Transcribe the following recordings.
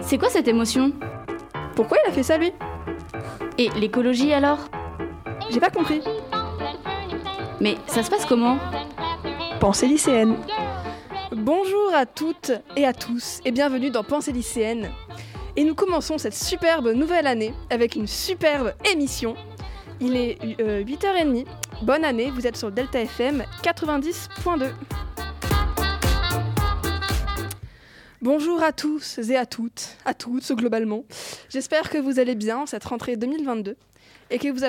C'est quoi cette émotion? Pourquoi il a fait ça, lui? Et l'écologie alors? J'ai pas compris. Mais ça se passe comment? Pensée lycéenne. Bonjour à toutes et à tous et bienvenue dans Pensée lycéenne. Et nous commençons cette superbe nouvelle année avec une superbe émission. Il est 8h30. Bonne année, vous êtes sur Delta FM 90.2. Bonjour à tous et à toutes globalement. J'espère que vous allez bien cette rentrée 2022 et que vous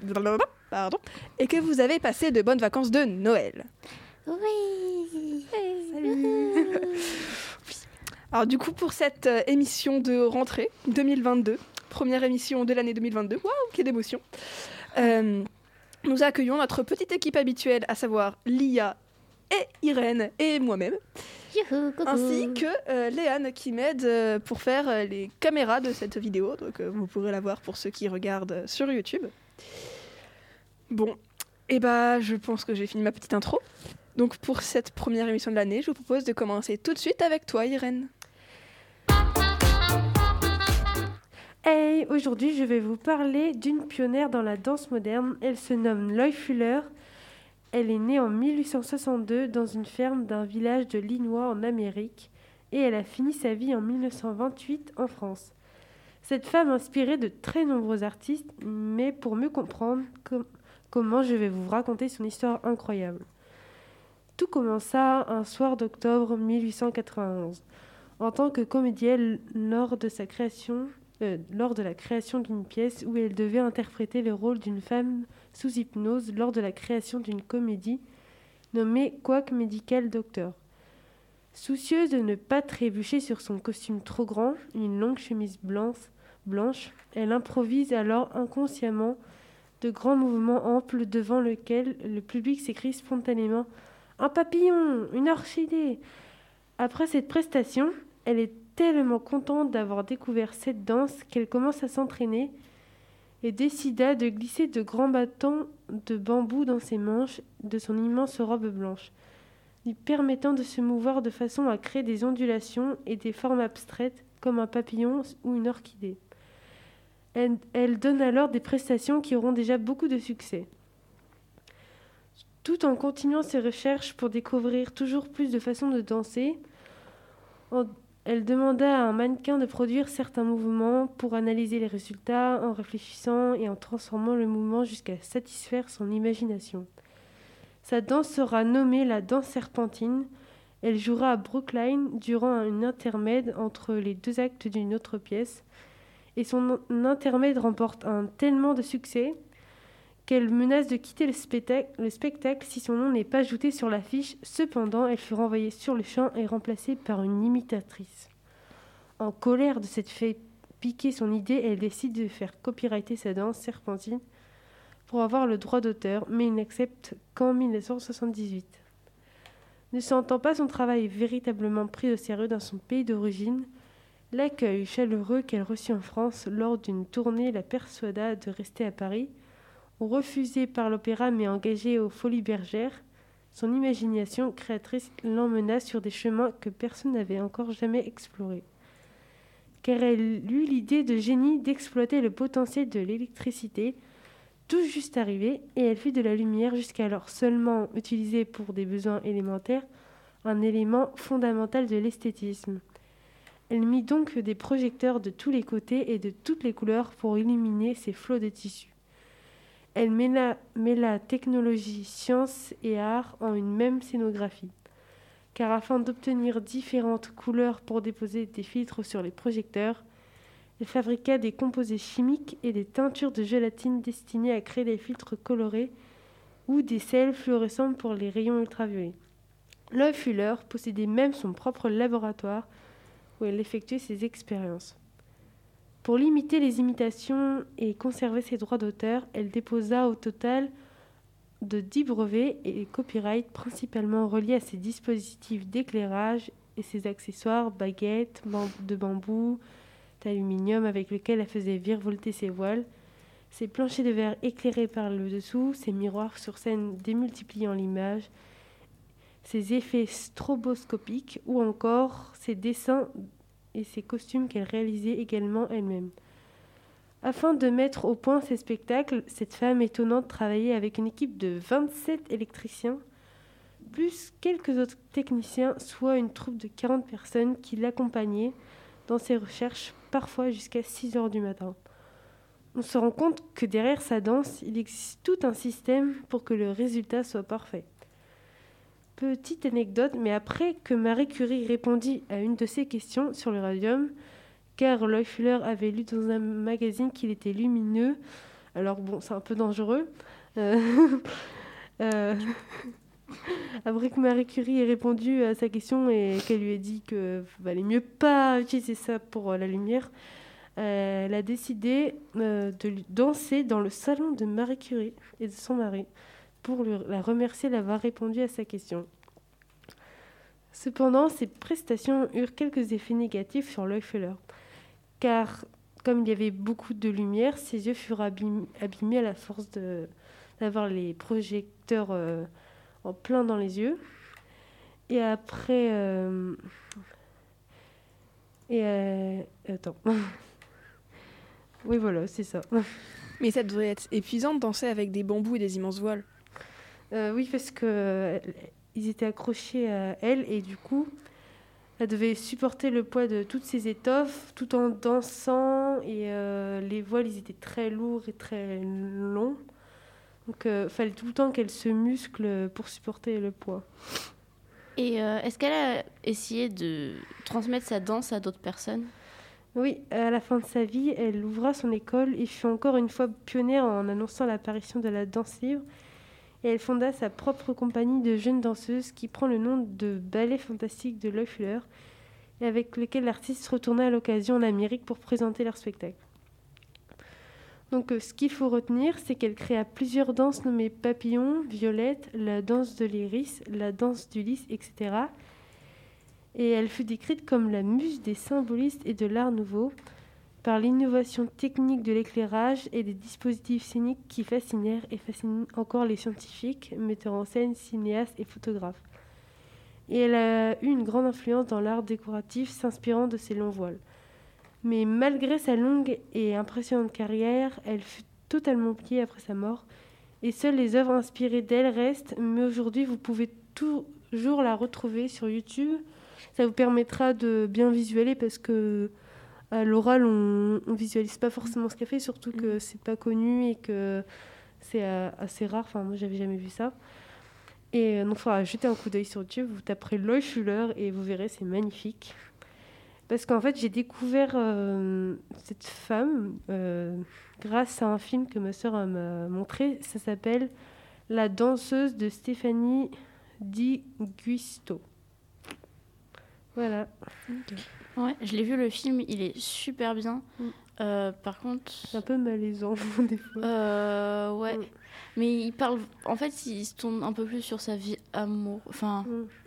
avez passé de bonnes vacances de Noël. Oui. Salut. Alors du coup pour cette émission de rentrée 2022, première émission de l'année 2022, waouh, quelle émotion, nous accueillons notre petite équipe habituelle, à savoir Lia et Irène et moi-même. Youhou, coucou. Ainsi que Léane qui m'aide pour faire les caméras de cette vidéo. Donc vous pourrez la voir pour ceux qui regardent sur YouTube. Bon, et je pense que j'ai fini ma petite intro. Donc pour cette première émission de l'année, je vous propose de commencer tout de suite avec toi, Irène. Hey, aujourd'hui je vais vous parler d'une pionnière dans la danse moderne. Elle se nomme Loie Fuller. Elle est née en 1862 dans une ferme d'un village de l'Illinois en Amérique et elle a fini sa vie en 1928 en France. Cette femme a inspiré de très nombreux artistes, mais pour mieux comprendre comment, je vais vous raconter son histoire incroyable. Tout commença un soir d'octobre 1891. En tant que comédienne lors de la création d'une pièce où elle devait interpréter le rôle d'une femme sous hypnose lors de la création d'une comédie nommée Quack Medical Doctor. Soucieuse de ne pas trébucher sur son costume trop grand, une longue chemise blanche, elle improvise alors inconsciemment de grands mouvements amples devant lesquels le public s'écrie spontanément « Un papillon, une orchidée !» Après cette prestation, elle est tellement contente d'avoir découvert cette danse qu'elle commence à s'entraîner et décida de glisser de grands bâtons de bambou dans ses manches de son immense robe blanche, lui permettant de se mouvoir de façon à créer des ondulations et des formes abstraites comme un papillon ou une orchidée. Elle donne alors des prestations qui auront déjà beaucoup de succès. Tout en continuant ses recherches pour découvrir toujours plus de façons de danser, elle demanda à un mannequin de produire certains mouvements pour analyser les résultats en réfléchissant et en transformant le mouvement jusqu'à satisfaire son imagination. Sa danse sera nommée la danse serpentine. Elle jouera à Brookline durant un intermède entre les deux actes d'une autre pièce. Et son intermède remporte tellement de succès qu'elle menace de quitter le spectacle si son nom n'est pas ajouté sur l'affiche. Cependant, elle fut renvoyée sur le champ et remplacée par une imitatrice. En colère de s'être fait piquer son idée, elle décide de faire copyrighter sa danse serpentine pour avoir le droit d'auteur, mais il n'accepte qu'en 1978. Ne sentant pas son travail véritablement pris au sérieux dans son pays d'origine, l'accueil chaleureux qu'elle reçut en France lors d'une tournée la persuada de rester à Paris. Refusée par l'opéra mais engagée aux Folies Bergères, son imagination créatrice l'emmena sur des chemins que personne n'avait encore jamais explorés. Car elle eut l'idée de génie d'exploiter le potentiel de l'électricité, tout juste arrivée, et elle fit de la lumière jusqu'alors seulement utilisée pour des besoins élémentaires, un élément fondamental de l'esthétisme. Elle mit donc des projecteurs de tous les côtés et de toutes les couleurs pour illuminer ces flots de tissus. Elle mêla technologie, science et art en une même scénographie. Car afin d'obtenir différentes couleurs pour déposer des filtres sur les projecteurs, elle fabriqua des composés chimiques et des teintures de gélatine destinées à créer des filtres colorés ou des sels fluorescents pour les rayons ultraviolets. Loie Fuller possédait même son propre laboratoire où elle effectuait ses expériences. Pour limiter les imitations et conserver ses droits d'auteur, elle déposa au total de 10 brevets et copyrights principalement reliés à ses dispositifs d'éclairage et ses accessoires, baguettes de bambou, d'aluminium avec lesquels elle faisait virevolter ses voiles, ses planchers de verre éclairés par le dessous, ses miroirs sur scène démultipliant l'image, ses effets stroboscopiques ou encore ses dessins et ses costumes qu'elle réalisait également elle-même. Afin de mettre au point ces spectacles, cette femme étonnante travaillait avec une équipe de 27 électriciens, plus quelques autres techniciens, soit une troupe de 40 personnes qui l'accompagnaient dans ses recherches, parfois jusqu'à 6 heures du matin. On se rend compte que derrière sa danse, il existe tout un système pour que le résultat soit parfait. Petite anecdote, mais après que Marie Curie répondit à une de ses questions sur le radium, car Loeffler avait lu dans un magazine qu'il était lumineux, alors bon, c'est un peu dangereux. Après que Marie Curie ait répondu à sa question et qu'elle lui ait dit qu'il valait mieux pas utiliser ça pour la lumière, elle a décidé de danser dans le salon de Marie Curie et de son mari pour la remercier d'avoir répondu à sa question. Cependant, ses prestations eurent quelques effets négatifs sur Loeffler, car comme il y avait beaucoup de lumière, ses yeux furent abîmés à la force d'avoir les projecteurs en plein dans les yeux. Et après... attends. Oui, voilà, c'est ça. Mais ça devrait être épuisant de danser avec des bambous et des immenses voiles. Oui, parce que ils étaient accrochés à elle et du coup, elle devait supporter le poids de toutes ces étoffes tout en dansant et les voiles, ils étaient très lourds et très longs. Donc, fallait tout le temps qu'elle se muscle pour supporter le poids. Et est-ce qu'elle a essayé de transmettre sa danse à d'autres personnes ? Oui, à la fin de sa vie, elle ouvra son école et fut encore une fois pionnière en annonçant l'apparition de la danse libre. Et elle fonda sa propre compagnie de jeunes danseuses qui prend le nom de Ballet Fantastique de Loeffler et avec lequel l'artiste retourna à l'occasion en Amérique pour présenter leur spectacle. Donc ce qu'il faut retenir, c'est qu'elle créa plusieurs danses nommées Papillon, Violette, la danse de l'iris, la danse du lys, etc. Et elle fut décrite comme la muse des symbolistes et de l'art nouveau, par l'innovation technique de l'éclairage et des dispositifs scéniques qui fascinèrent et fascinent encore les scientifiques, metteurs en scène, cinéastes et photographes. Et elle a eu une grande influence dans l'art décoratif, s'inspirant de ses longs voiles. Mais malgré sa longue et impressionnante carrière, elle fut totalement oubliée après sa mort, et seules les œuvres inspirées d'elle restent, mais aujourd'hui vous pouvez toujours la retrouver sur YouTube. Ça vous permettra de bien visualiser parce que à l'oral, on visualise pas forcément ce qu'elle fait, surtout que c'est pas connu et que c'est assez rare. Enfin, moi, j'avais jamais vu ça. Et donc, il faudra jeter un coup d'œil sur YouTube. Vous taperez Loeffler et vous verrez, c'est magnifique. Parce qu'en fait, j'ai découvert cette femme grâce à un film que ma sœur m'a montré. Ça s'appelle La danseuse de Stéphanie Di Giusto. Voilà. Okay. Ouais, je l'ai vu le film, il est super bien. Par contre, c'est un peu malaisant des fois. Ouais. Mais il parle, en fait, il se tourne un peu plus sur sa vie amour. Enfin,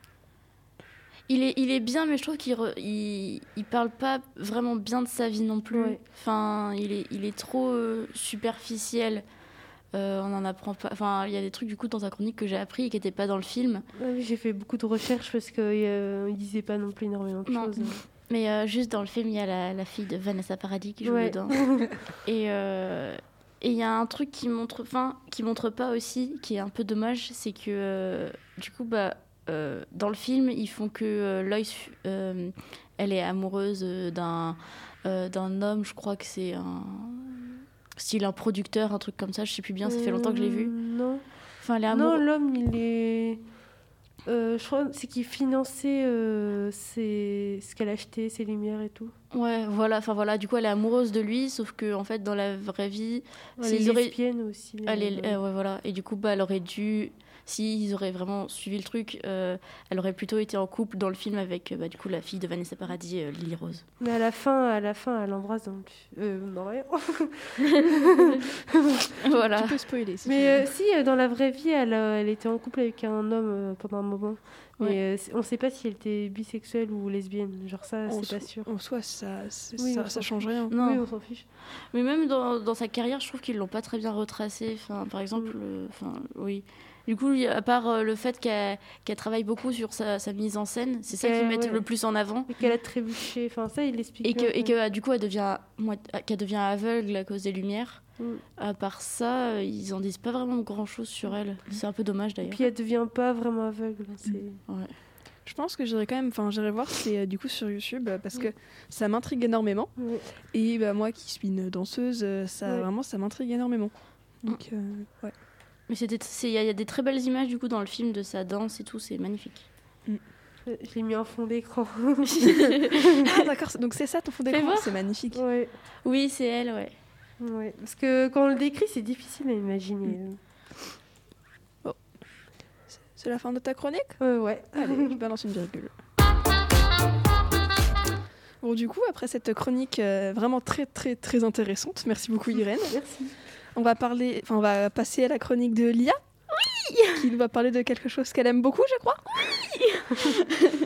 il est bien, mais je trouve qu'il parle pas vraiment bien de sa vie non plus. Ouais. Enfin, il est trop superficiel. On en apprend pas. Enfin, il y a des trucs du coup dans sa chronique que j'ai appris et qui n'étaient pas dans le film. Oui, j'ai fait beaucoup de recherches parce qu'il disait pas non plus énormément de choses. Mais juste dans le film, il y a la fille de Vanessa Paradis qui joue dedans. Et il y a un truc qui montre pas aussi, qui est un peu dommage, c'est que du coup, dans le film, ils font que Lois, elle est amoureuse d'un homme, je crois que c'est un producteur, un truc comme ça, je sais plus bien, ça fait longtemps que je l'ai vu. Non. Enfin, non, l'homme, il est... je crois que c'est qu'il finançait ce qu'elle achetait, ses lumières et tout. Ouais, voilà. Enfin voilà, du coup, elle est amoureuse de lui, sauf que en fait, dans la vraie vie, elle est lesbienne aussi. Ouais, voilà. Et du coup, elle aurait dû, s'ils auraient vraiment suivi le truc, elle aurait plutôt été en couple dans le film avec du coup la fille de Vanessa Paradis, Lily Rose. Mais à la fin, elle embrasse dans le... non, rien. Voilà. Tu peux spoiler. Si mais si, dans la vraie vie, elle était en couple avec un homme pendant un moment. Mais on ne sait pas si elle était bisexuelle ou lesbienne. Genre ça, c'est pas sûr. En soi, ça change rien. Non. Oui, on s'en fiche. Mais même dans sa carrière, je trouve qu'ils l'ont pas très bien retracé. Enfin, par exemple, oui. Du coup, à part le fait qu'elle travaille beaucoup sur sa mise en scène, c'est ça qu'ils mettent le plus en avant. Et qu'elle a trébuché, enfin ça, il explique. Et que du coup, qu'elle devient aveugle à cause des lumières. À part ça, ils en disent pas vraiment grand-chose sur elle. C'est un peu dommage d'ailleurs. Et puis elle devient pas vraiment aveugle. Ouais. Je pense que j'irai voir c'est du coup sur YouTube parce que ça m'intrigue énormément. Et moi qui suis une danseuse, ça m'intrigue énormément. Donc ouais. Mais il y a des très belles images du coup dans le film de sa danse et tout, c'est magnifique. Je l'ai mis en fond d'écran. Ah d'accord, donc c'est ça ton fond d'écran, c'est magnifique. Ouais. Oui, c'est elle, ouais. Parce que quand on le décrit, c'est difficile à imaginer. Bon. C'est la fin de ta chronique ? Ouais. Allez, je balance une virgule. Bon, du coup, après cette chronique vraiment très très très intéressante, merci beaucoup Irène. Merci. On va passer à la chronique de Lia. Oui. Qui nous va parler de quelque chose qu'elle aime beaucoup, je crois. Oui.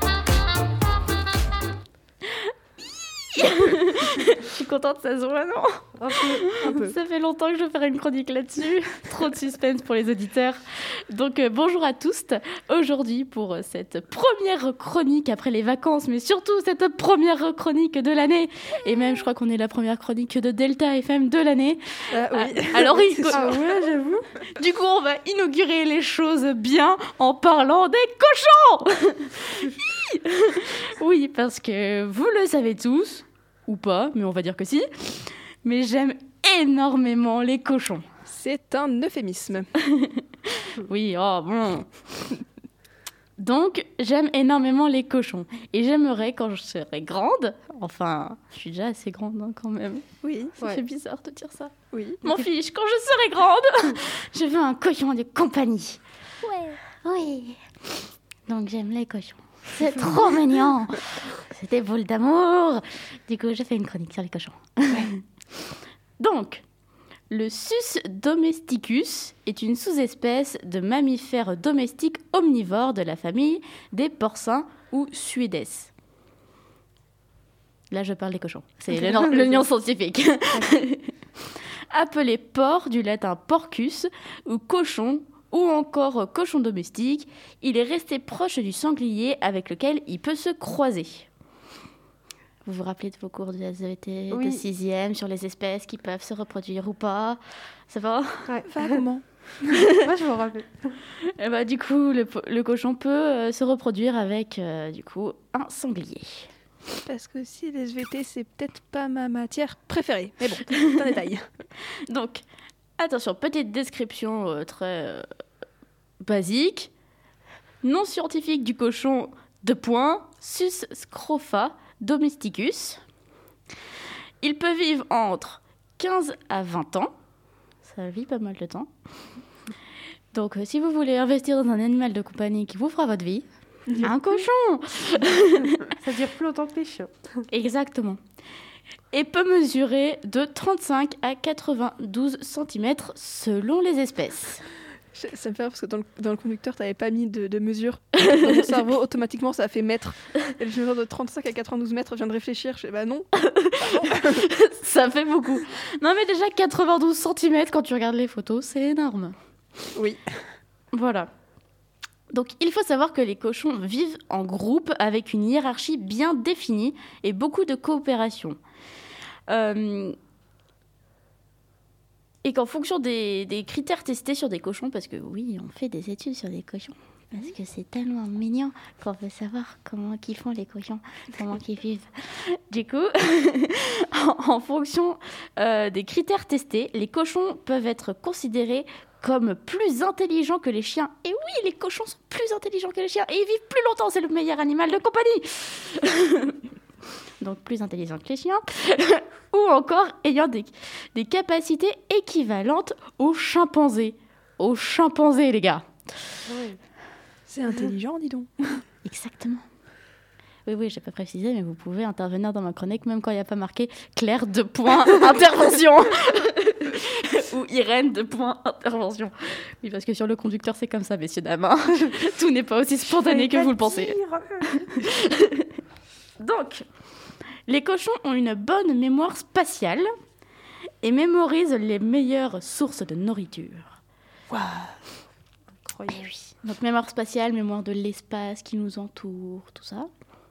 Je suis contente, ça se voit, non ? Un peu. Ça fait longtemps que je veux faire une chronique là-dessus. Trop de suspense pour les auditeurs. Donc bonjour à tous. Aujourd'hui, pour cette première chronique après les vacances, mais surtout cette première chronique de l'année. Et même, je crois qu'on est la première chronique de Delta FM de l'année. Oui. Alors, ouais, j'avoue. Du coup, on va inaugurer les choses bien en parlant des cochons. Oui, parce que vous le savez tous, ou pas, mais on va dire que si, mais j'aime énormément les cochons. C'est un euphémisme. Oui, oh bon. Donc, j'aime énormément les cochons. Et j'aimerais, quand je serai grande, enfin, je suis déjà assez grande hein, quand même. Oui. Ça fait bizarre de dire ça. Oui. M'en fiche, quand je serai grande, je veux un cochon de compagnie. Ouais. Oui. Donc, j'aime les cochons. C'est trop mignon. C'est des boules d'amour. Du coup, j'ai fait une chronique sur les cochons. Donc, le Sus domesticus est une sous-espèce de mammifère domestique omnivore de la famille des porcins ou suides. Là, je parle des cochons. C'est le nom scientifique. Appelé porc du latin porcus ou cochon ou encore cochon domestique, il est resté proche du sanglier avec lequel il peut se croiser. Vous vous rappelez de vos cours de SVT de 6e sur les espèces qui peuvent se reproduire ou pas ? Ça va ? Ouais. Comment ? Moi, je me rappelle. Et bah, du coup, le cochon peut se reproduire avec du coup, un sanglier. Parce que si les SVT, c'est peut-être pas ma matière préférée. Mais bon, c'est un détail. Donc, attention, petite description très basique. Nom scientifique du cochon, Sus scrofa domesticus. Il peut vivre entre 15 à 20 ans. Ça vit pas mal de temps. Donc, si vous voulez investir dans un animal de compagnie qui vous fera votre vie, un cochon. Ça dure plus longtemps que les chiens. Exactement. Et peut mesurer de 35 à 92 cm selon les espèces. Ça me fait rire parce que dans le conducteur, tu n'avais pas mis de mesure. Dans mon cerveau, automatiquement, ça a fait mètres. Et le mesure de 35 à 92 mètres, je viens de réfléchir. Je fais bah non. Ça fait beaucoup. Non, mais déjà 92 cm quand tu regardes les photos, c'est énorme. Oui. Voilà. Donc, il faut savoir que les cochons vivent en groupe avec une hiérarchie bien définie et beaucoup de coopération. Et qu'en fonction des critères testés sur des cochons, parce que oui, on fait des études sur des cochons, parce que c'est tellement mignon qu'on veut savoir comment qu'ils font les cochons, comment qu'ils vivent. Du coup, en fonction des critères testés, les cochons peuvent être considérés comme plus intelligents que les chiens. Et oui, les cochons sont plus intelligents que les chiens et ils vivent plus longtemps, c'est le meilleur animal de compagnie. Donc plus intelligents que les chiens. Ou encore ayant des capacités équivalentes aux chimpanzés. Aux chimpanzés, les gars. Oui. C'est intelligent, dis donc. Exactement. Oui, j'ai pas précisé, mais vous pouvez intervenir dans ma chronique, même quand il n'y a pas marqué Claire, intervention. Ou Irène, intervention. Oui, parce que sur le conducteur, c'est comme ça, messieurs, dames. Hein. Tout n'est pas aussi spontané que vous le pensez. Donc, les cochons ont une bonne mémoire spatiale et mémorisent les meilleures sources de nourriture. Wow. incroyable. Eh oui. Donc mémoire spatiale, mémoire de l'espace qui nous entoure, tout ça.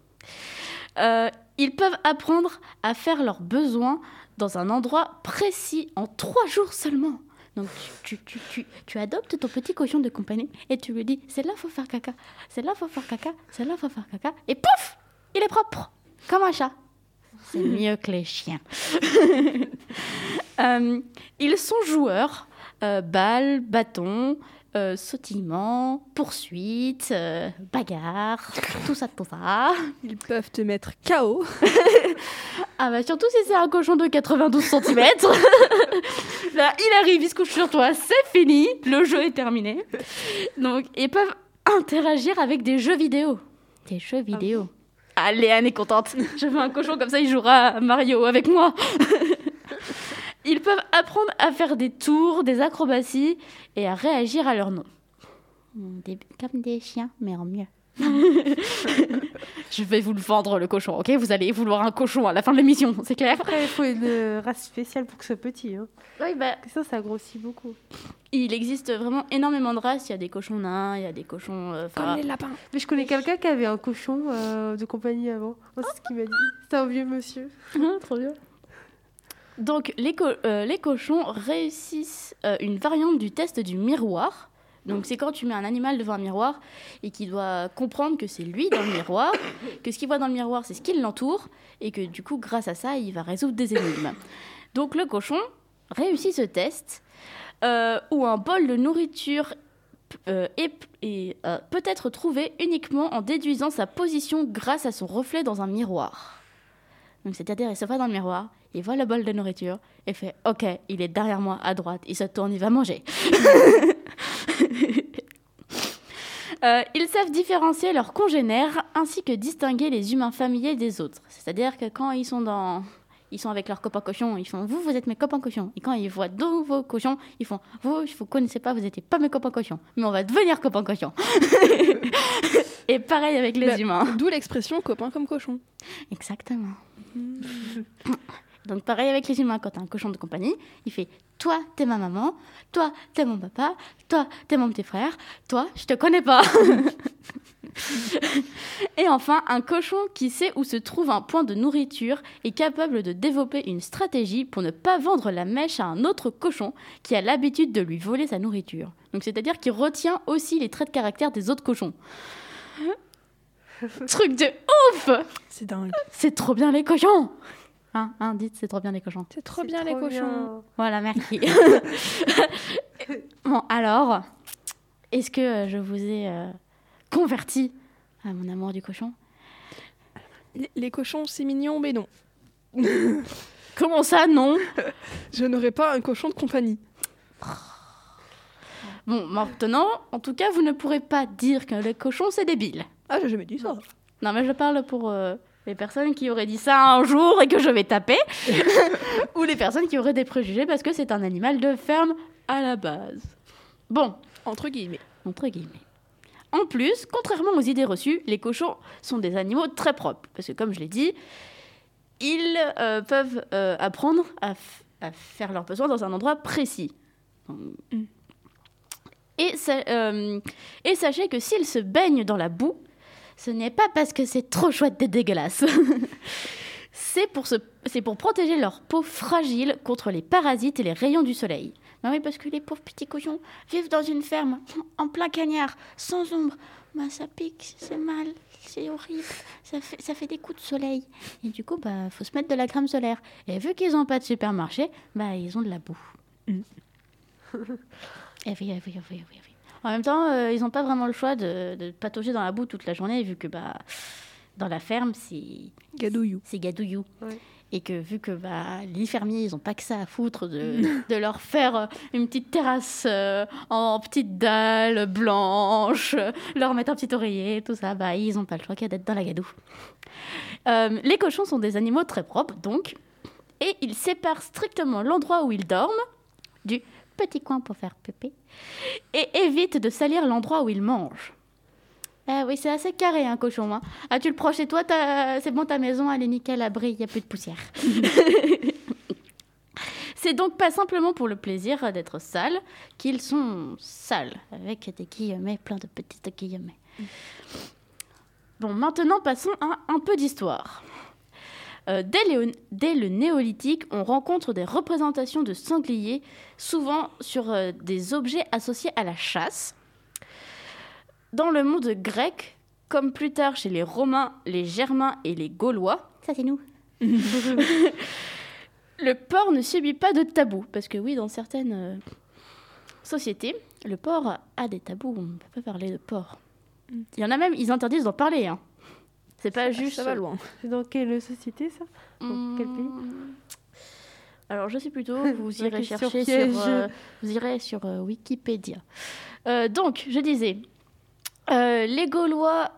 Ils peuvent apprendre à faire leurs besoins dans un endroit précis en 3 jours seulement. Donc tu adoptes ton petit cochon de compagnie et tu lui dis c'est là faut faire caca, c'est là faut faire caca, c'est là faut faire caca et pouf, il est propre comme un chat. C'est mieux que les chiens. Ils sont joueurs, balles, bâtons, sautillement, poursuite, bagarre, tout ça. Ils peuvent te mettre KO. Ah bah surtout si c'est un cochon de 92 cm. Là, il arrive, il se couche sur toi, c'est fini, le jeu est terminé. Donc, ils peuvent interagir avec des jeux vidéo. Des jeux vidéo. Ah, Léane est contente. Je veux un cochon comme ça, il jouera à Mario avec moi. Ils peuvent apprendre à faire des tours, des acrobaties et à réagir à leur nom. Comme des chiens, mais en mieux. Je vais vous le vendre, le cochon, ok? Vous allez vouloir un cochon à la fin de l'émission, c'est clair? Après, il faut une race spéciale pour que ce soit petit. Hein. Oui, bah... Ça grossit beaucoup. Il existe vraiment énormément de races. Il y a des cochons nains, il y a des cochons... Comme les lapins. Mais je connais quelqu'un qui avait un cochon de compagnie avant. Oh, c'est ce qu'il m'a dit. C'était un vieux monsieur. Trop bien. Donc, les cochons réussissent une variante du test du miroir. Donc, c'est quand tu mets un animal devant un miroir et qu'il doit comprendre que c'est lui dans le miroir, que ce qu'il voit dans le miroir, c'est ce qui l'entoure, et que du coup, grâce à ça, il va résoudre des énigmes. Donc, le cochon réussit ce test où un bol de nourriture peut être trouvé uniquement en déduisant sa position grâce à son reflet dans un miroir. Donc, c'est-à-dire, il se voit dans le miroir, il voit le bol de nourriture et fait « Ok, il est derrière moi, à droite, il se tourne, il va manger. » Ils savent différencier leurs congénères ainsi que distinguer les humains familiers des autres. C'est-à-dire que quand ils sont avec leurs copains cochons, ils font « Vous êtes mes copains cochons. » Et quand ils voient deux vos cochons, ils font « Vous connaissez pas, vous n'étiez pas mes copains cochons. Mais on va devenir copains cochons. » Et pareil avec les humains. D'où l'expression « copain comme cochon ». Exactement. Donc pareil avec les humains, quand t'as un cochon de compagnie, il fait « Toi, t'es ma maman. Toi, t'es mon papa. Toi, t'es mon petit frère. Toi, je te connais pas. » Et enfin, un cochon qui sait où se trouve un point de nourriture est capable de développer une stratégie pour ne pas vendre la mèche à un autre cochon qui a l'habitude de lui voler sa nourriture. Donc c'est-à-dire qu'il retient aussi les traits de caractère des autres cochons. Truc de ouf! C'est dingue. C'est trop bien les cochons! Dites, c'est trop bien les cochons. C'est trop bien les cochons. Voilà, merci. Bon, alors, est-ce que je vous ai converti à mon amour du cochon? Les cochons, c'est mignon, mais non. Comment ça, non? Je n'aurai pas un cochon de compagnie. Bon, maintenant, en tout cas, vous ne pourrez pas dire que les cochons, c'est débile. Ah, j'ai jamais dit ça. Non, mais je parle pour les personnes qui auraient dit ça un jour et que je vais taper. Ou les personnes qui auraient des préjugés parce que c'est un animal de ferme à la base. Bon. Entre guillemets. En plus, contrairement aux idées reçues, les cochons sont des animaux très propres. Parce que, comme je l'ai dit, ils peuvent apprendre à faire leurs besoins dans un endroit précis. Et sachez que s'ils se baignent dans la boue, ce n'est pas parce que c'est trop chouette d'être dégueulasse. C'est pour protéger leur peau fragile contre les parasites et les rayons du soleil. Ben oui, parce que les pauvres petits cochons vivent dans une ferme, en plein cagnard, sans ombre. Ben ça pique, c'est mal, c'est horrible, ça fait des coups de soleil. Et du coup, faut se mettre de la crème solaire. Et vu qu'ils n'ont pas de supermarché, ils ont de la boue. Et oui. En même temps, ils n'ont pas vraiment le choix de patauger dans la boue toute la journée, vu que dans la ferme, c'est gadouillou. Ouais. Et que vu que les fermiers, ils n'ont pas que ça à foutre de leur faire une petite terrasse en petites dalles blanches, leur mettre un petit oreiller, tout ça, ils n'ont pas le choix qu'à d'être dans la gadoue. Les cochons sont des animaux très propres, donc, et ils séparent strictement l'endroit où ils dorment du petit coin pour faire pépé et évitent de salir l'endroit où ils mangent. Ah oui, c'est assez carré, un cochon. Hein. Ah, tu le prends chez toi, c'est bon, ta maison, elle est nickel, abri, il n'y a plus de poussière. C'est donc pas simplement pour le plaisir d'être sales qu'ils sont sales, avec des guillemets, plein de petites guillemets. Bon, maintenant passons à un peu d'histoire. Dès le néolithique, on rencontre des représentations de sangliers, souvent sur des objets associés à la chasse. Dans le monde grec, comme plus tard chez les Romains, les Germains et les Gaulois, ça c'est nous, le porc ne subit pas de tabou. Parce que oui, dans certaines sociétés, le porc a des tabous, on ne peut pas parler de porc. Il y en a même, ils interdisent d'en parler, hein. C'est pas juste... Ça va loin. C'est dans quelle société, ça? Dans quel pays? Alors, je sais plutôt, vous irez chercher vous irez sur Wikipédia. Donc, je disais, les Gaulois,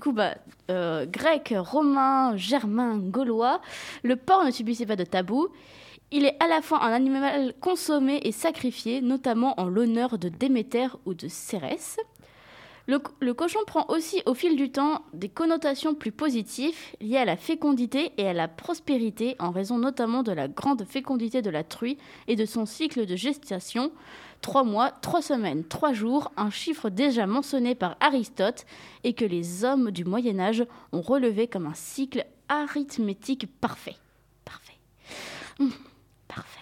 grecs, romains, germains, gaulois, le porc ne subissait pas de tabou. Il est à la fois un animal consommé et sacrifié, notamment en l'honneur de Déméter ou de Cérès. Le cochon prend aussi au fil du temps des connotations plus positives liées à la fécondité et à la prospérité en raison notamment de la grande fécondité de la truie et de son cycle de gestation, 3 mois, 3 semaines, 3 jours, un chiffre déjà mentionné par Aristote et que les hommes du Moyen-Âge ont relevé comme un cycle arithmétique parfait. Parfait. Parfait.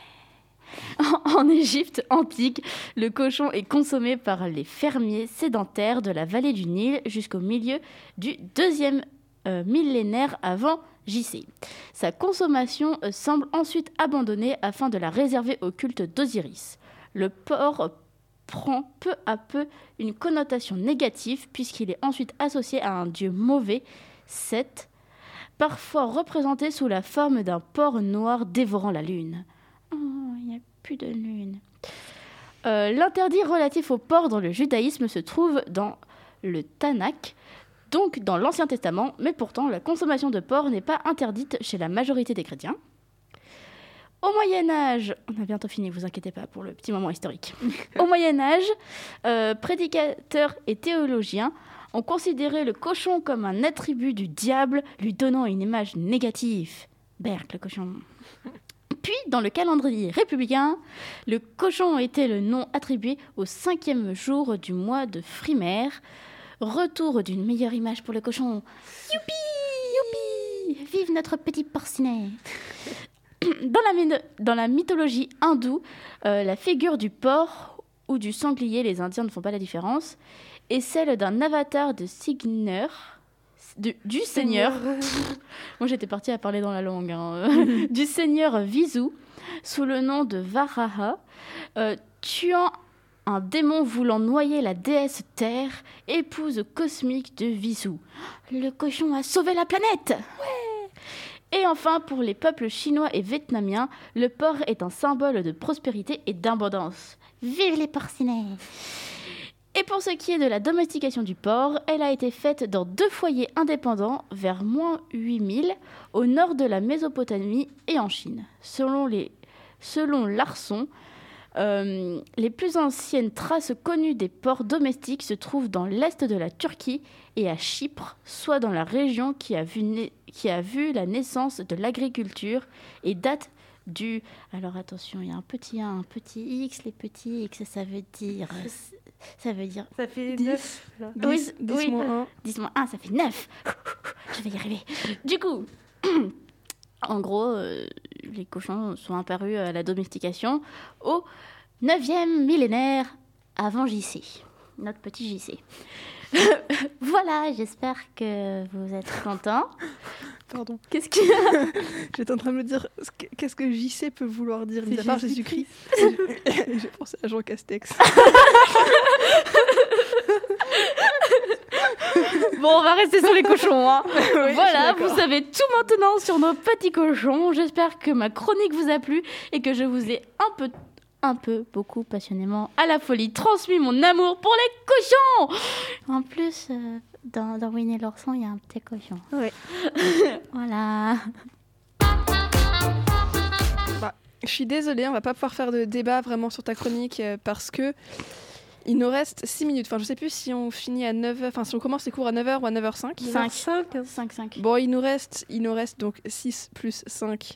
En Égypte antique, le cochon est consommé par les fermiers sédentaires de la vallée du Nil jusqu'au milieu du 2e millénaire avant JC. Sa consommation semble ensuite abandonnée afin de la réserver au culte d'Osiris. Le porc prend peu à peu une connotation négative puisqu'il est ensuite associé à un dieu mauvais, Seth, parfois représenté sous la forme d'un porc noir dévorant la lune. Oh, il n'y a plus de lune. L'interdit relatif au porc dans le judaïsme se trouve dans le Tanakh, donc dans l'Ancien Testament, mais pourtant la consommation de porc n'est pas interdite chez la majorité des chrétiens. Au Moyen-Âge, on a bientôt fini, vous inquiétez pas pour le petit moment historique. Au Moyen-Âge, prédicateurs et théologiens ont considéré le cochon comme un attribut du diable, lui donnant une image négative. Berk, le cochon. Puis, dans le calendrier républicain, le cochon était le nom attribué au 5e jour du mois de Frimaire. Retour d'une meilleure image pour le cochon. Youpi, youpi, vive notre petit porcinet. Dans la mythologie hindoue, la figure du porc ou du sanglier, les Indiens ne font pas la différence, est celle d'un avatar de Signer, du seigneur. Moi, j'étais partie à parler dans la langue. Du seigneur Visu, sous le nom de Varaha, tuant un démon voulant noyer la déesse Terre, épouse cosmique de Visu. Le cochon a sauvé la planète. Ouais. Et enfin, pour les peuples chinois et vietnamiens, le porc est un symbole de prospérité et d'abondance. Vive les porcinets! Et pour ce qui est de la domestication du porc, elle a été faite dans 2 foyers indépendants vers -8000 au nord de la Mésopotamie et en Chine. Selon Larson, les plus anciennes traces connues des porcs domestiques se trouvent dans l'est de la Turquie et à Chypre, soit dans la région qui a vu la naissance de l'agriculture et date du... Alors attention, il y a un petit A, un petit X. Les petits X, ça veut dire... Ça fait 10. 9. 10, 10 moins 1. 10 moins 1, ça fait 9. Je vais y arriver. Du coup, en gros, les cochons sont apparus à la domestication au 9e millénaire avant JC. Notre petit JC. Voilà, j'espère que vous êtes contents. Pardon. Qu'est-ce qu'il y a? J'étais en train de me dire, qu'est-ce que JC peut vouloir dire, mis à part Jésus-Christ. J'ai pensé à Jean Castex. Bon, on va rester sur les cochons, hein. Oui, voilà, vous savez tout maintenant sur nos petits cochons. J'espère que ma chronique vous a plu et que je vous ai beaucoup passionnément, à la folie, transmis mon amour pour les cochons. En plus, dans Winnie l'ourson, il y a un petit cochon. Oui. Voilà. Je suis désolée, on va pas pouvoir faire de débat vraiment sur ta chronique parce que Il nous reste 6 minutes. Enfin, je sais plus si on finit à 9h, enfin si on commence les cours à 9h ou à 9h05. 5. Bon, il nous reste donc 6 plus 5.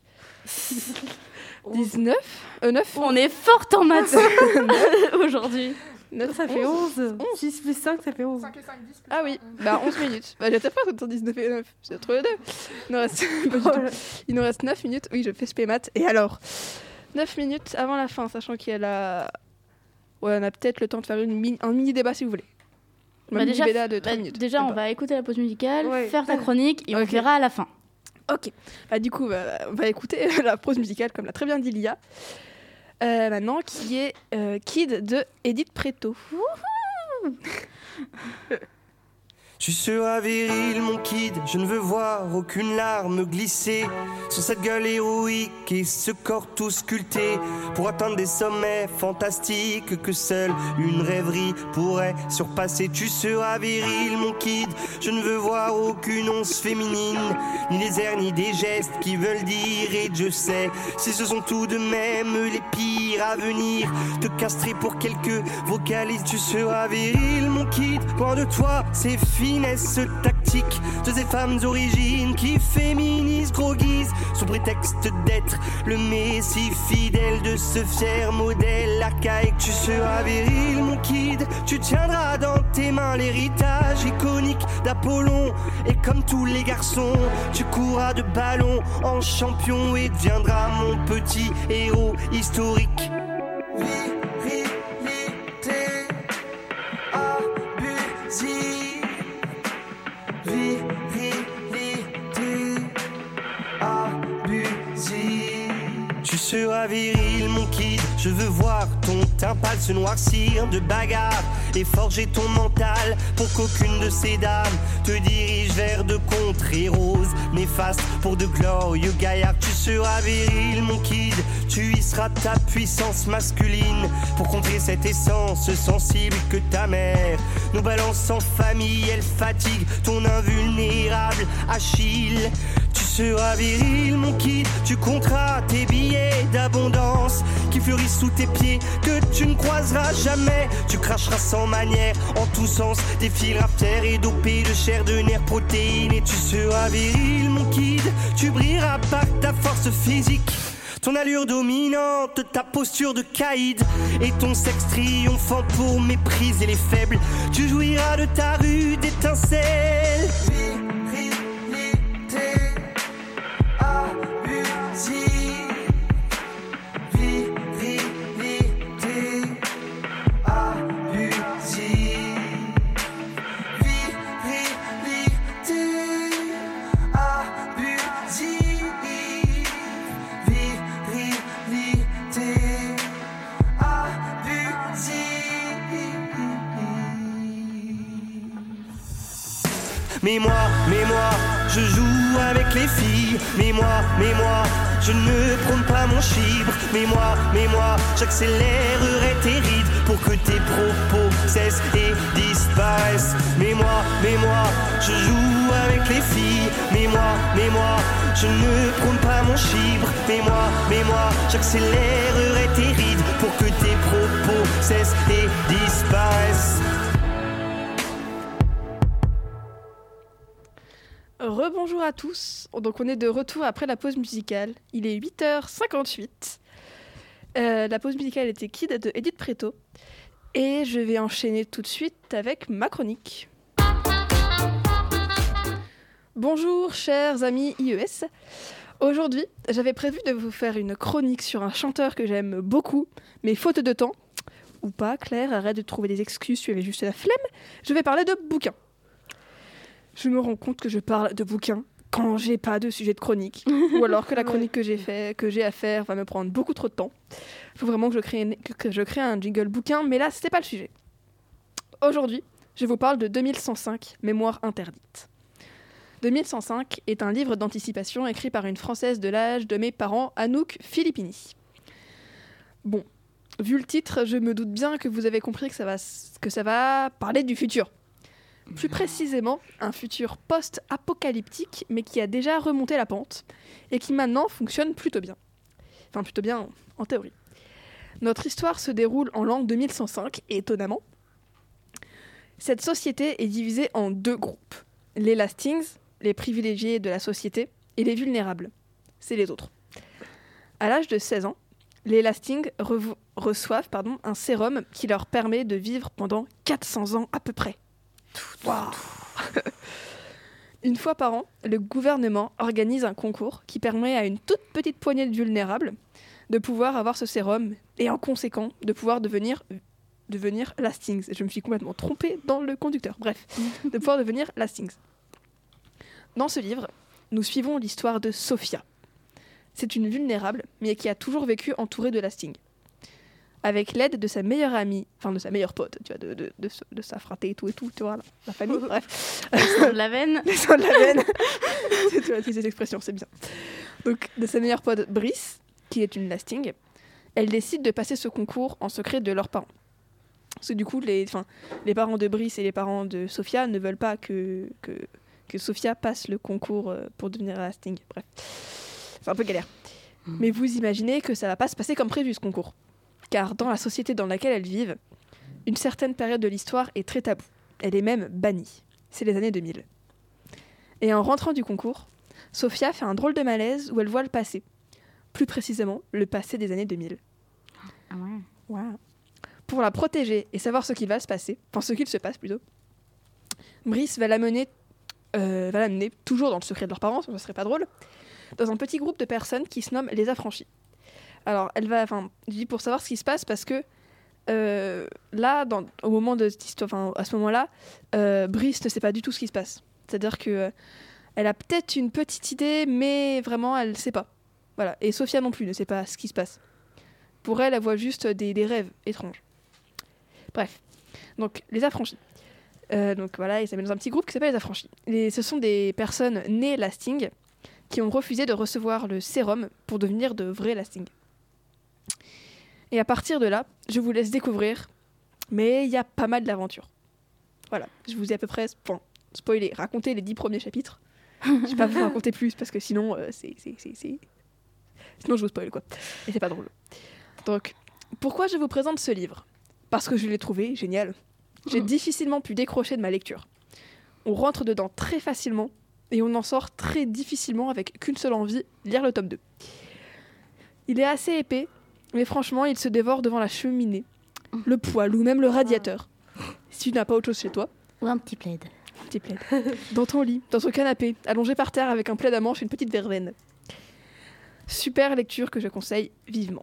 19 9. On est forte en maths aujourd'hui. 9, ça fait 11. 6 plus 5, ça fait 11. 5 et 5, 10 plus Ah oui, 11 minutes. Bah, j'étais pas entre 19 et 9. J'ai trouvé les deux. Il nous reste 9 minutes. Oui, je fais spé maths. Et alors 9 minutes avant la fin, sachant qu'il y a la... Ouais, on a peut-être le temps de faire un mini débat si vous voulez. Déjà, de 3 minutes. Déjà, on va écouter la pause musicale, Ouais. faire ta chronique et on verra à la fin. Ok. Bah, du coup, on va écouter la pause musicale, comme l'a très bien dit Lia. Maintenant, qui est Kid de Edith Preto. Tu seras viril, mon kid, je ne veux voir aucune larme glisser sur cette gueule héroïque et ce corps tout sculpté pour atteindre des sommets fantastiques que seule une rêverie pourrait surpasser. Tu seras viril, mon kid, je ne veux voir aucune once féminine, ni les airs ni des gestes qui veulent dire. Et je sais, si ce sont tout de même les pires à venir, te castrer pour quelques vocalises. Tu seras viril, mon kid, loin de toi, c'est finesse tactique de ces femmes origines qui féminisent, groguisent sous prétexte d'être le messie fidèle de ce fier modèle archaïque. Tu seras viril, mon kid, tu tiendras dans tes mains l'héritage iconique d'Apollon, et comme tous les garçons, tu courras de ballon en champion et deviendras mon petit héros historique. Tu seras viril, mon kid, je veux voir ton teint pâle se noircir de bagarre et forger ton mental pour qu'aucune de ces dames te dirige vers de contrées roses néfastes pour de glorieux gaillards. Tu seras viril, mon kid, tu y seras ta puissance masculine pour contrer cette essence sensible que ta mère nous balance en famille. Elle fatigue ton invulnérable Achille. Tu seras viril, mon kid, tu compteras tes billets d'abondance qui fleurissent sous tes pieds, que tu ne croiseras jamais. Tu cracheras sans manière en tous sens des fils rafters et dopés de chair, de nerfs, protéines. Et tu seras viril, mon kid, tu brilleras par ta force physique, ton allure dominante, ta posture de caïd et ton sexe triomphant pour mépriser les faibles. Tu jouiras de ta rude étincelle. Mais moi, je joue avec les filles. Mais moi, je ne prône pas mon chibre. Mais moi, j'accélérerai tes rides pour que tes propos cessent et disparaissent. Mais moi, je joue avec les filles. Mais moi, je ne prône pas mon chibre. Mais moi, j'accélérerai tes rides pour que tes propos cessent et disparaissent. Rebonjour à tous, donc on est de retour après la pause musicale, il est 8h58. La pause musicale était Kid de Edith Preto et je vais enchaîner tout de suite avec ma chronique. Bonjour chers amis IES, aujourd'hui j'avais prévu de vous faire une chronique sur un chanteur que j'aime beaucoup, mais faute de temps, ou pas Claire, arrête de trouver des excuses, tu avais juste la flemme, je vais parler de bouquins. Je me rends compte que je parle de bouquins quand j'ai pas de sujet de chronique, ou alors que la chronique que j'ai à faire va me prendre beaucoup trop de temps. Il faut vraiment que je crée un jingle bouquin, mais là, c'était pas le sujet. Aujourd'hui, je vous parle de 2105, Mémoire interdite. 2105 est un livre d'anticipation écrit par une Française de l'âge de mes parents, Anouk Filippini. Bon, vu le titre, je me doute bien que vous avez compris que ça va parler du futur. Plus précisément, un futur post-apocalyptique, mais qui a déjà remonté la pente, et qui maintenant fonctionne plutôt bien. Enfin, plutôt bien en théorie. Notre histoire se déroule en l'an 2105, et étonnamment, Cette société est divisée en 2 groupes. Les lastings, les privilégiés de la société, et les vulnérables. C'est les autres. À l'âge de 16 ans, les lastings reçoivent un sérum qui leur permet de vivre pendant 400 ans à peu près. Wow. Une fois par an, le gouvernement organise un concours qui permet à une toute petite poignée de vulnérables de pouvoir avoir ce sérum et en conséquent de pouvoir devenir lastings. Je me suis complètement trompée dans le conducteur. Bref, de pouvoir devenir lastings. Dans ce livre, nous suivons l'histoire de Sophia. C'est une vulnérable, mais qui a toujours vécu entourée de lastings. Avec l'aide de sa meilleure amie, enfin de sa meilleure pote, tu vois, de sa fratée et tout, tu vois, la famille, bref. Les sangs de la veine. Les sangs de la veine. Tu vas utiliser cette expression, c'est bien. Donc, de sa meilleure pote Brice, qui est une lasting, elle décide de passer ce concours en secret de leurs parents. Parce que du coup, les parents de Brice et les parents de Sophia ne veulent pas que Sophia passe le concours pour devenir lasting. Bref, c'est un peu galère. Mais vous imaginez que ça va pas se passer comme prévu, ce concours. Car dans la société dans laquelle elles vivent, une certaine période de l'histoire est très taboue. Elle est même bannie. C'est les années 2000. Et en rentrant du concours, Sophia fait un drôle de malaise où elle voit le passé. Plus précisément, le passé des années 2000. Ah ouais. Wow. Pour la protéger et savoir ce qui va se passer, enfin ce qu'il se passe plutôt, Brice va l'amener, toujours dans le secret de leurs parents, ce serait pas drôle, dans un petit groupe de personnes qui se nomment les affranchis. Alors, je dis pour savoir ce qui se passe parce que là, au moment de cette histoire, à ce moment-là, Brice ne sait pas du tout ce qui se passe. C'est-à-dire que elle a peut-être une petite idée, mais vraiment, elle ne sait pas. Voilà. Et Sophia non plus ne sait pas ce qui se passe. Pour elle, elle voit juste des rêves étranges. Bref. Donc, les affranchis. Donc voilà, ils s'appellent dans un petit groupe qui s'appelle les affranchis. Ce sont des personnes nées lastings qui ont refusé de recevoir le sérum pour devenir de vrais lastings. Et à partir de là, je vous laisse découvrir, mais il y a pas mal d'aventures. Voilà, je vous ai à peu près raconté les 10 premiers chapitres. Je vais pas vous raconter plus parce que sinon, sinon je vous spoil quoi. Et c'est pas drôle. Donc, pourquoi je vous présente ce livre ? Parce que je l'ai trouvé génial. J'ai difficilement pu décrocher de ma lecture. On rentre dedans très facilement et on en sort très difficilement avec qu'une seule envie, lire le tome 2. Il est assez épais, mais franchement, il se dévore devant la cheminée, le poêle ou même le radiateur. Si tu n'as pas autre chose chez toi. Ou un petit plaid. Dans ton lit, dans ton canapé, allongé par terre avec un plaid à manches et une petite verveine. Super lecture que je conseille vivement.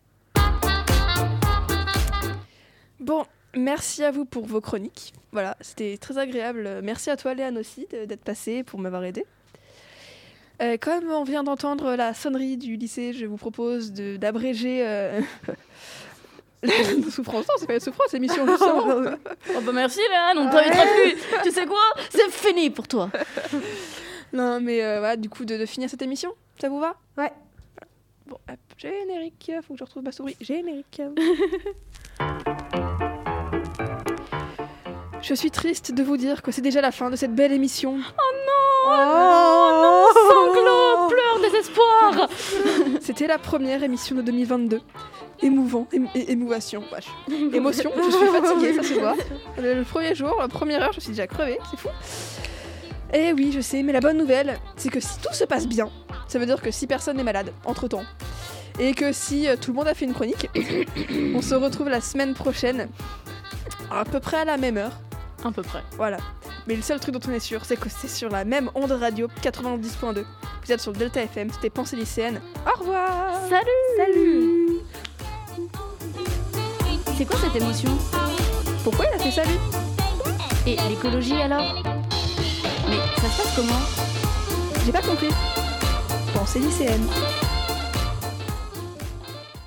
Bon, merci à vous pour vos chroniques. Voilà, c'était très agréable. Merci à toi, Léane, aussi, d'être passée pour m'avoir aidée. Comme on vient d'entendre la sonnerie du lycée, je vous propose d'abréger la souffrance. Non, c'est pas la souffrance, c'est l'émission justement. Oh bah merci Léane, on ne t'invitera plus. Tu sais quoi ? C'est fini pour toi. Non, mais voilà, du coup, de finir cette émission, ça vous va ? Ouais. Bon, hop, générique, faut que je retrouve ma souris. Générique. Je suis triste de vous dire que c'est déjà la fin de cette belle émission. Oh non, sanglot, pleurs, désespoir. C'était la première émission de 2022. Émouvant, émouvation, wesh. Émotion, je suis fatiguée, ça se voit. Le premier jour, la première heure, je suis déjà crevée, c'est fou. Eh oui, je sais, mais la bonne nouvelle, c'est que si tout se passe bien, ça veut dire que si personne n'est malade, entre-temps, et que si tout le monde a fait une chronique, on se retrouve la semaine prochaine, à peu près à la même heure. À peu près. Voilà. Mais le seul truc dont on est sûr, c'est que c'est sur la même onde radio, 90.2. Vous êtes sur Delta FM, c'était Pensée lycéenne. Au revoir. Salut. C'est quoi cette émotion ? Pourquoi il a fait ça, lui ? Et l'écologie alors ? Mais ça se passe comment ? J'ai pas compris. Pensée lycéenne.